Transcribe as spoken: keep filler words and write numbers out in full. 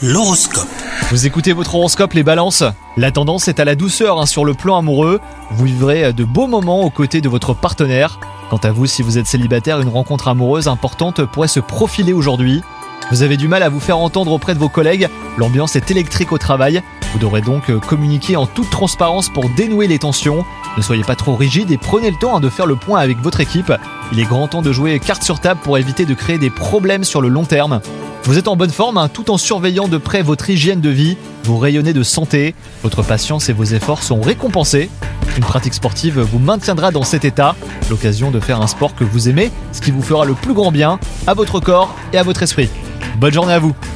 L'horoscope. Vous écoutez votre horoscope les balances. La tendance est à la douceur hein, sur le plan amoureux. Vous vivrez de beaux moments aux côtés de votre partenaire. Quant à vous, si vous êtes célibataire, une rencontre amoureuse importante pourrait se profiler aujourd'hui. Vous avez du mal à vous faire entendre auprès de vos collègues. L'ambiance est électrique au travail. Vous devrez donc communiquer en toute transparence pour dénouer les tensions. Ne soyez pas trop rigide et prenez le temps hein, de faire le point avec votre équipe. Il est grand temps de jouer carte sur table pour éviter de créer des problèmes sur le long terme. Vous êtes en bonne forme hein, tout en surveillant de près votre hygiène de vie. Vous rayonnez de santé. Votre patience et vos efforts sont récompensés. Une pratique sportive vous maintiendra dans cet état. L'occasion de faire un sport que vous aimez, ce qui vous fera le plus grand bien à votre corps et à votre esprit. Bonne journée à vous.